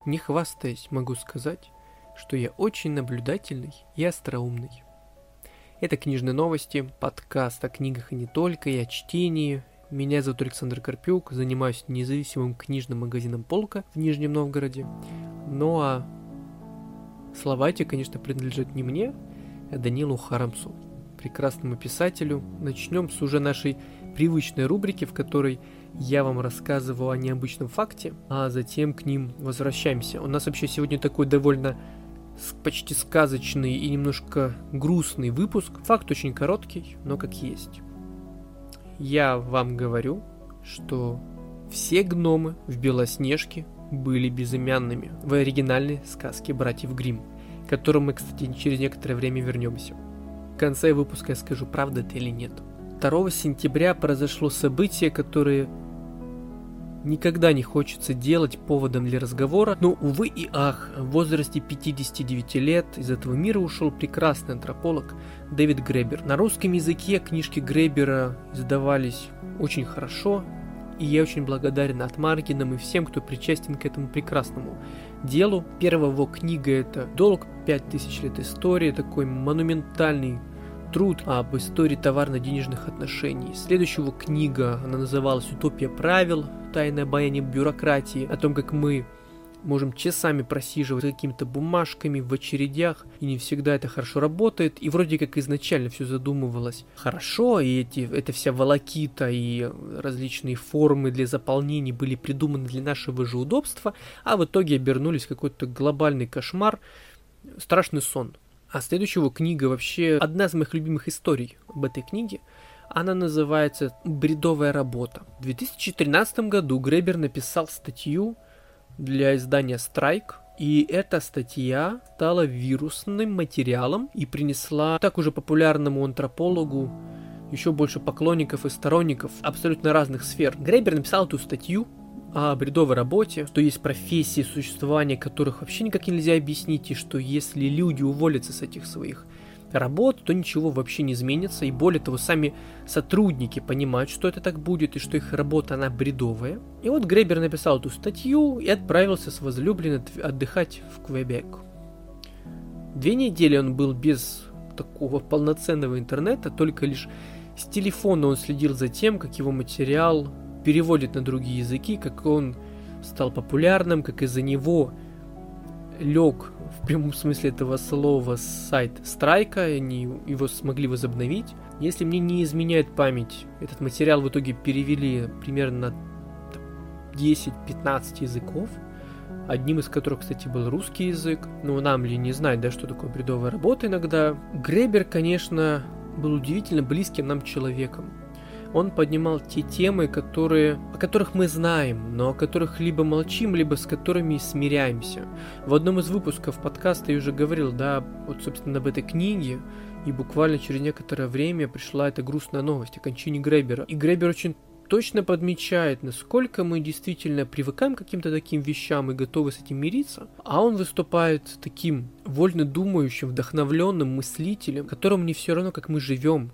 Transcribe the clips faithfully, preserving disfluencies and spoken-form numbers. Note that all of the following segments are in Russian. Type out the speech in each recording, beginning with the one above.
не хвастаясь, могу сказать, что я очень наблюдательный и остроумный. Это «Книжные новости», подкаст о книгах и не только, и о чтении. Меня зовут Александр Карпюк, занимаюсь независимым книжным магазином «Полка» в Нижнем Новгороде. Ну а слова эти, конечно, принадлежат не мне, а Данилу Харамсу, прекрасному писателю. Начнем с уже нашей привычной рубрики, в которой я вам рассказываю о необычном факте, а затем к ним возвращаемся. У нас вообще сегодня такой довольно почти сказочный и немножко грустный выпуск. Факт очень короткий, но как есть. Я вам говорю, что все гномы в Белоснежке были безымянными в оригинальной сказке братьев Гримм, к которым мы, кстати, через некоторое время вернемся. В конце выпуска я скажу, правда это или нет. второго сентября произошло событие, которое никогда не хочется делать поводом для разговора, но, увы и ах, в возрасте пятидесяти девяти лет из этого мира ушел прекрасный антрополог Дэвид Гребер. На русском языке книжки Гребера издавались очень хорошо, и я очень благодарен Атмаргинам и всем, кто причастен к этому прекрасному делу. Первая его книга — это «Долг. Пять тысяч лет истории», такой монументальный труд об истории товарно-денежных отношений. Следующая его книга, она называлась «Утопия правил. Тайное обаяние бюрократии», о том, как мы можем часами просиживать за какими-то бумажками в очередях, и не всегда это хорошо работает, и вроде как изначально все задумывалось хорошо, и эти, эта вся волокита и различные формы для заполнений были придуманы для нашего же удобства, а в итоге обернулись в какой-то глобальный кошмар, страшный сон. А следующая его книга вообще одна из моих любимых историй об этой книге. Она называется «Бредовая работа». В две тысячи тринадцатом году Гребер написал статью для издания «Страйк», и эта статья стала вирусным материалом и принесла так уже популярному антропологу еще больше поклонников и сторонников абсолютно разных сфер. Гребер написал эту статью о бредовой работе, что есть профессии, существование которых вообще никак нельзя объяснить, и что если люди уволятся с этих своих работ, то ничего вообще не изменится, и более того, сами сотрудники понимают, что это так будет, и что их работа, она бредовая. И вот Гребер написал эту статью и отправился с возлюбленной отдыхать в Квебек. Две недели он был без такого полноценного интернета, только лишь с телефона он следил за тем, как его материал переводит на другие языки, как он стал популярным, как из-за него лег в прямом смысле этого слова сайт Страйка, они его смогли возобновить. Если мне не изменяет память, этот материал в итоге перевели примерно на десять-пятнадцать языков, одним из которых, кстати, был русский язык. Но нам ли не знать, да, что такое бредовая работа иногда. Гребер, конечно, был удивительно близким нам человеком. Он поднимал те темы, которые, о которых мы знаем, но о которых либо молчим, либо с которыми смиряемся. В одном из выпусков подкаста я уже говорил, да, вот, собственно, об этой книге, и буквально через некоторое время пришла эта грустная новость о кончине Гребера. И Гребер очень точно подмечает, насколько мы действительно привыкаем к каким-то таким вещам и готовы с этим мириться, а он выступает таким вольно думающим, вдохновленным мыслителем, которому не все равно, как мы живем.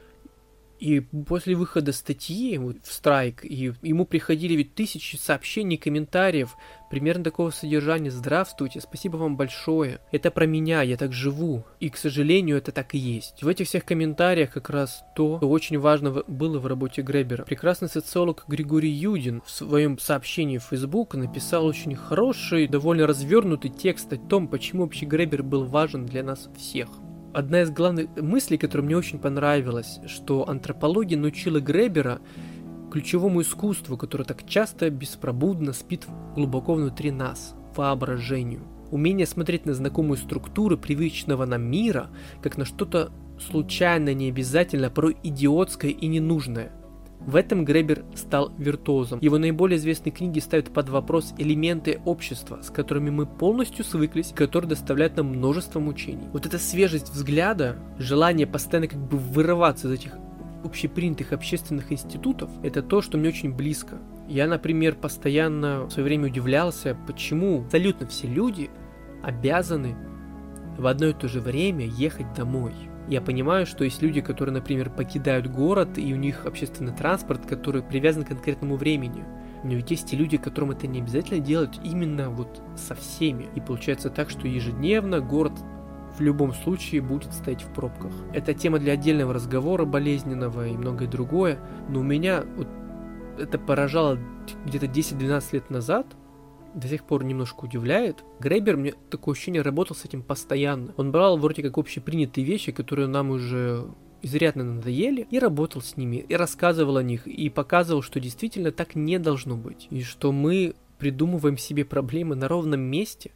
И после выхода статьи вот, в Страйк, и ему приходили ведь тысячи сообщений, комментариев, примерно такого содержания: «Здравствуйте, спасибо вам большое, это про меня, я так живу». И, к сожалению, это так и есть. В этих всех комментариях как раз то, что очень важно было в работе Гребера. Прекрасный социолог Григорий Юдин в своем сообщении в Facebook написал очень хороший, довольно развернутый текст о том, почему вообще Гребер был важен для нас всех. Одна из главных мыслей, которая мне очень понравилась, что антропология научила Гребера ключевому искусству, которое так часто беспробудно спит глубоко внутри нас – воображению. Умение смотреть на знакомые структуры привычного нам мира, как на что-то случайное, необязательно, порой идиотское и ненужное. В этом Гребер стал виртуозом. Его наиболее известные книги ставят под вопрос элементы общества, с которыми мы полностью свыклись, которые доставляют нам множество мучений. Вот эта свежесть взгляда, желание постоянно как бы вырываться из этих общепринятых общественных институтов, это то, что мне очень близко. Я, например, постоянно в свое время удивлялся, почему абсолютно все люди обязаны в одно и то же время ехать домой. Я понимаю, что есть люди, которые, например, покидают город, и у них общественный транспорт, который привязан к конкретному времени. Но ведь есть и люди, которым это не обязательно делать именно вот со всеми. И получается так, что ежедневно город в любом случае будет стоять в пробках. Это тема для отдельного разговора болезненного и многое другое. Но у меня вот это поражало где-то десять-двенадцать лет назад, до сих пор немножко удивляет. Гребер, мне такое ощущение, работал с этим постоянно. Он брал вроде как общепринятые вещи, которые нам уже изрядно надоели, и работал с ними, и рассказывал о них, и показывал, что действительно так не должно быть. И что мы придумываем себе проблемы на ровном месте,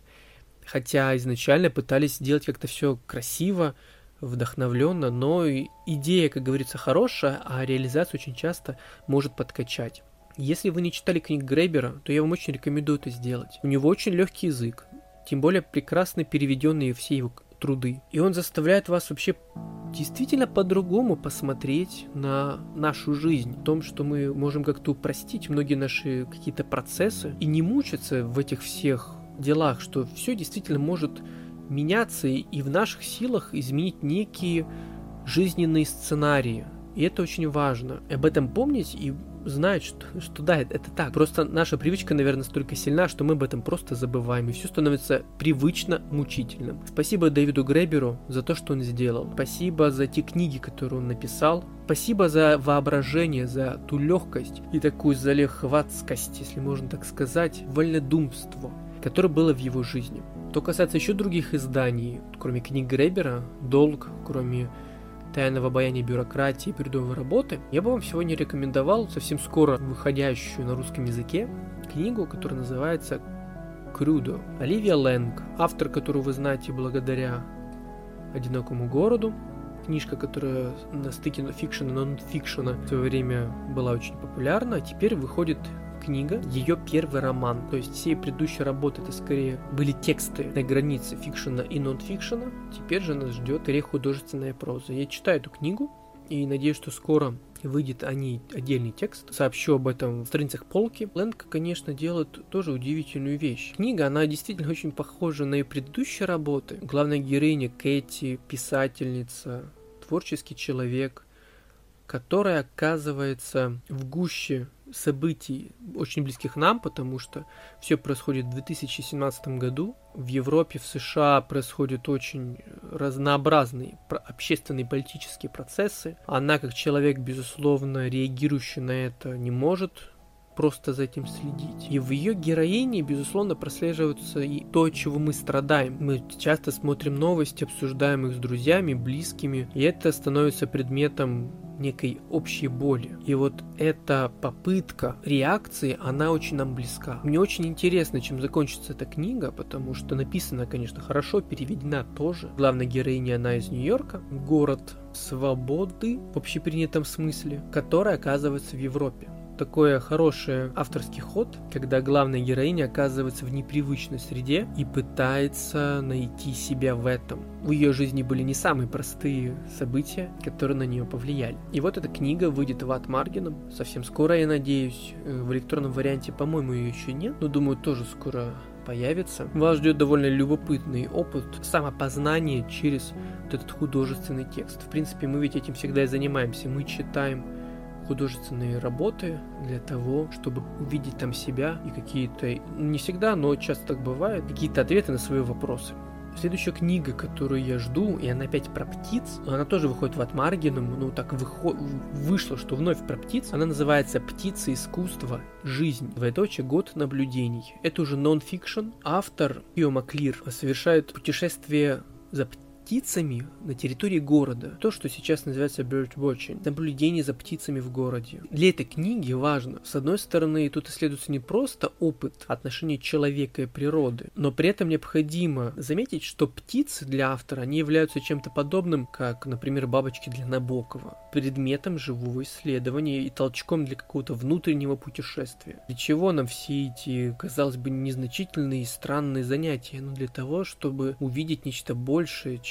хотя изначально пытались сделать как-то все красиво, вдохновленно, но идея, как говорится, хорошая, а реализация очень часто может подкачать. Если вы не читали книг Гребера, то я вам очень рекомендую это сделать. У него очень легкий язык, тем более прекрасно переведенные все его труды. И он заставляет вас вообще действительно по-другому посмотреть на нашу жизнь. В том, что мы можем как-то упростить многие наши какие-то процессы и не мучиться в этих всех делах, что все действительно может меняться, и в наших силах изменить некие жизненные сценарии. И это очень важно. Об этом помнить и знать, что, что да, это, это так. Просто наша привычка, наверное, настолько сильна, что мы об этом просто забываем, и все становится привычно мучительным. Спасибо Дэвиду Греберу за то, что он сделал. Спасибо за те книги, которые он написал. Спасибо за воображение, за ту легкость и такую залихватскость, если можно так сказать, вольнодумство, которое было в его жизни. Что касается еще других изданий, кроме книг Гребера, «Долг», кроме «Тайного обаяния бюрократии и передовой работы», я бы вам сегодня рекомендовал совсем скоро выходящую на русском языке книгу, которая называется «Крудо». Оливия Лэнг, автор, которую вы знаете благодаря «Одинокому городу». Книжка, которая на стыке фикшена и нон-фикшена в свое время была очень популярна, а теперь выходит книга, ее первый роман. То есть все предыдущие работы это скорее были тексты на границе фикшена и нон-фикшена. Теперь же нас ждет скорее художественная проза. Я читаю эту книгу и надеюсь, что скоро выйдет о ней отдельный текст. Сообщу об этом в страницах полки. Лэнг, конечно, делает тоже удивительную вещь. Книга, она действительно очень похожа на ее предыдущие работы. Главная героиня Кэти, писательница, творческий человек, которая оказывается в гуще событий, очень близких нам, потому что все происходит в две тысячи семнадцатом году. В Европе, в США происходят очень разнообразные общественные и политические процессы. Она, как человек, безусловно, реагирующий на это, не может просто за этим следить. И в ее героине, безусловно, прослеживается и то, от чего мы страдаем. Мы часто смотрим новости, обсуждаем их с друзьями, близкими, и это становится предметом некой общей боли. И вот эта попытка реакции, она очень нам близка. Мне очень интересно, чем закончится эта книга, потому что написана, конечно, хорошо, переведена тоже. Главная героиня, она из Нью-Йорка, город свободы в общепринятом смысле, который оказывается в Европе. Такой хороший авторский ход, когда главная героиня оказывается в непривычной среде и пытается найти себя в этом. В ее жизни были не самые простые события, которые на нее повлияли. И вот эта книга выйдет в Атмаргеном совсем скоро, я надеюсь. В электронном варианте, по-моему, ее еще нет, но думаю, тоже скоро появится. Вас ждет довольно любопытный опыт самопознания через вот этот художественный текст. В принципе, мы ведь этим всегда и занимаемся. Мы читаем художественные работы для того, чтобы увидеть там себя и какие-то, не всегда, но часто так бывает, какие-то ответы на свои вопросы. Следующая книга, которую я жду, и она опять про птиц, она тоже выходит в Атмаргеном, ну так выход... вышло, что вновь про птиц. Она называется «Птицы, искусство, жизнь. Двоеточие, год наблюдений». Это уже нон-фикшн. Автор Ио Маклир совершает путешествие за птицами, птицами на территории города. То, что сейчас называется bird watching. Наблюдение за птицами в городе. Для этой книги важно, с одной стороны, тут исследуется не просто опыт отношений человека и природы, но при этом необходимо заметить, что птицы для автора, они являются чем-то подобным, как, например, бабочки для Набокова, предметом живого исследования и толчком для какого-то внутреннего путешествия. Для чего нам все эти, казалось бы, незначительные и странные занятия? Ну, для того, чтобы увидеть нечто большее,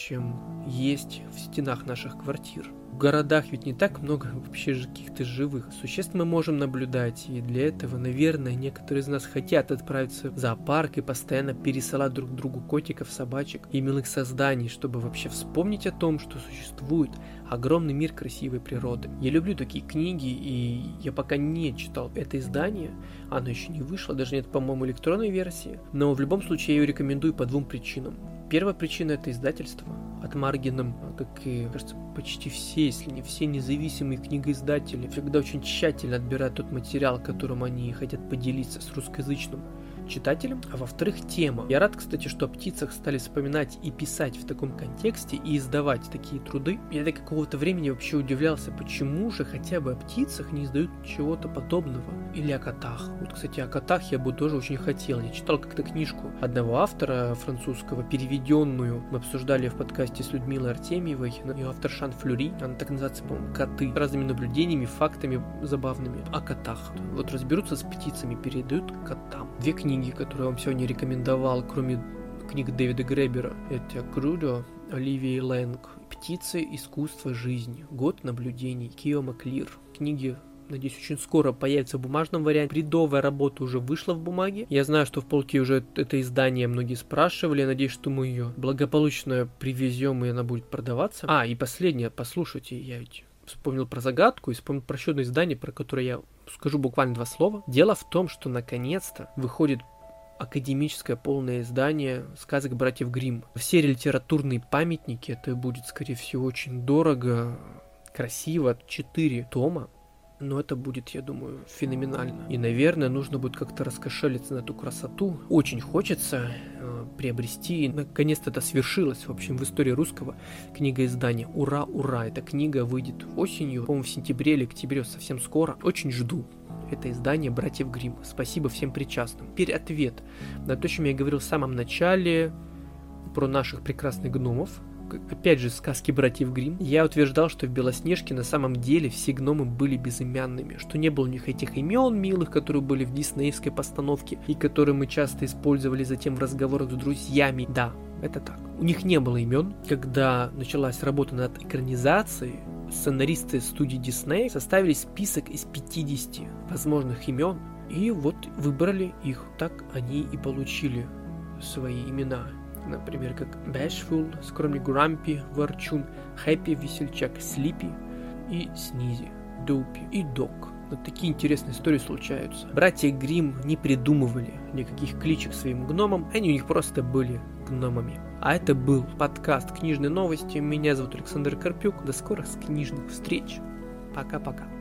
чем есть в стенах наших квартир. В городах ведь не так много вообще каких-то живых существ мы можем наблюдать, и для этого, наверное, некоторые из нас хотят отправиться в зоопарк и постоянно пересылать друг другу котиков, собачек и милых созданий, чтобы вообще вспомнить о том, что существует огромный мир красивой природы. Я люблю такие книги, и я пока не читал это издание, оно еще не вышло, даже нет, по-моему, электронной версии, но в любом случае я ее рекомендую по двум причинам. Первая причина — это издательство. От Маргином, как и, кажется, почти все, если не все независимые книгоиздатели, всегда очень тщательно отбирают тот материал, которым они хотят поделиться с русскоязычным читателем. А во-вторых, тема. Я рад, кстати, что о птицах стали вспоминать и писать в таком контексте, и издавать такие труды. Я до какого-то времени вообще удивлялся, почему же хотя бы о птицах не издают чего-то подобного. Или о котах. Вот, кстати, о котах я бы тоже очень хотел. Я читал как-то книжку одного автора французского, переведенную. Мы обсуждали в подкасте с Людмилой Артемьевой. Ее автор Шан Флюри. Она так называется, по-моему, «Коты». С разными наблюдениями, фактами забавными о котах. Вот разберутся с птицами, передают котам. Две книги, которые я вам сегодня рекомендовал, кроме книг Дэвида Гребера, это «Крудо» Оливии Лэнг, «Птицы. Искусство жизни», «Год наблюдений» Кио Маклир. Книги, надеюсь, очень скоро появятся в бумажном варианте. Бредовая работа уже вышла в бумаге. Я знаю, что в полке уже это издание многие спрашивали. Я надеюсь, что мы ее благополучно привезем, и она будет продаваться. А, и последнее, послушайте, я ведь вспомнил про загадку и вспомнил про еще одно издание, про которое я скажу буквально два слова. Дело в том, что наконец-то выходит академическое полное издание сказок братьев Гримм. Все литературные памятники, это будет, скорее всего, очень дорого, красиво, четыре тома. Но это будет, я думаю, феноменально. И, наверное, нужно будет как-то раскошелиться на эту красоту. Очень хочется э, приобрести. И, наконец-то это свершилось, в общем, в истории русского книгоиздания. Ура, ура! Эта книга выйдет осенью, по-моему, в сентябре или октябре, совсем скоро. Очень жду это издание братьев Гримм. Спасибо всем причастным. Теперь ответ на то, о чем я говорил в самом начале, про наших прекрасных гномов. Опять же, сказки братьев Гримм. Я утверждал, что в Белоснежке на самом деле все гномы были безымянными, что не было у них этих имен милых, которые были в диснеевской постановке и которые мы часто использовали затем в разговорах с друзьями. Да, это так. У них не было имен. Когда началась работа над экранизацией, сценаристы студии Дисней составили список из пятидесяти возможных имен и вот выбрали их. Так они и получили свои имена. Например, как Bashful, скромный Grumpy, Ворчун, Happy, весельчак, Sleepy и Sneezy, Dopey и Dog. Вот такие интересные истории случаются. Братья Гримм не придумывали никаких кличек своим гномам, они у них просто были гномами. А это был подкаст «Книжные новости». Меня зовут Александр Карпюк. До скорых книжных встреч. Пока-пока.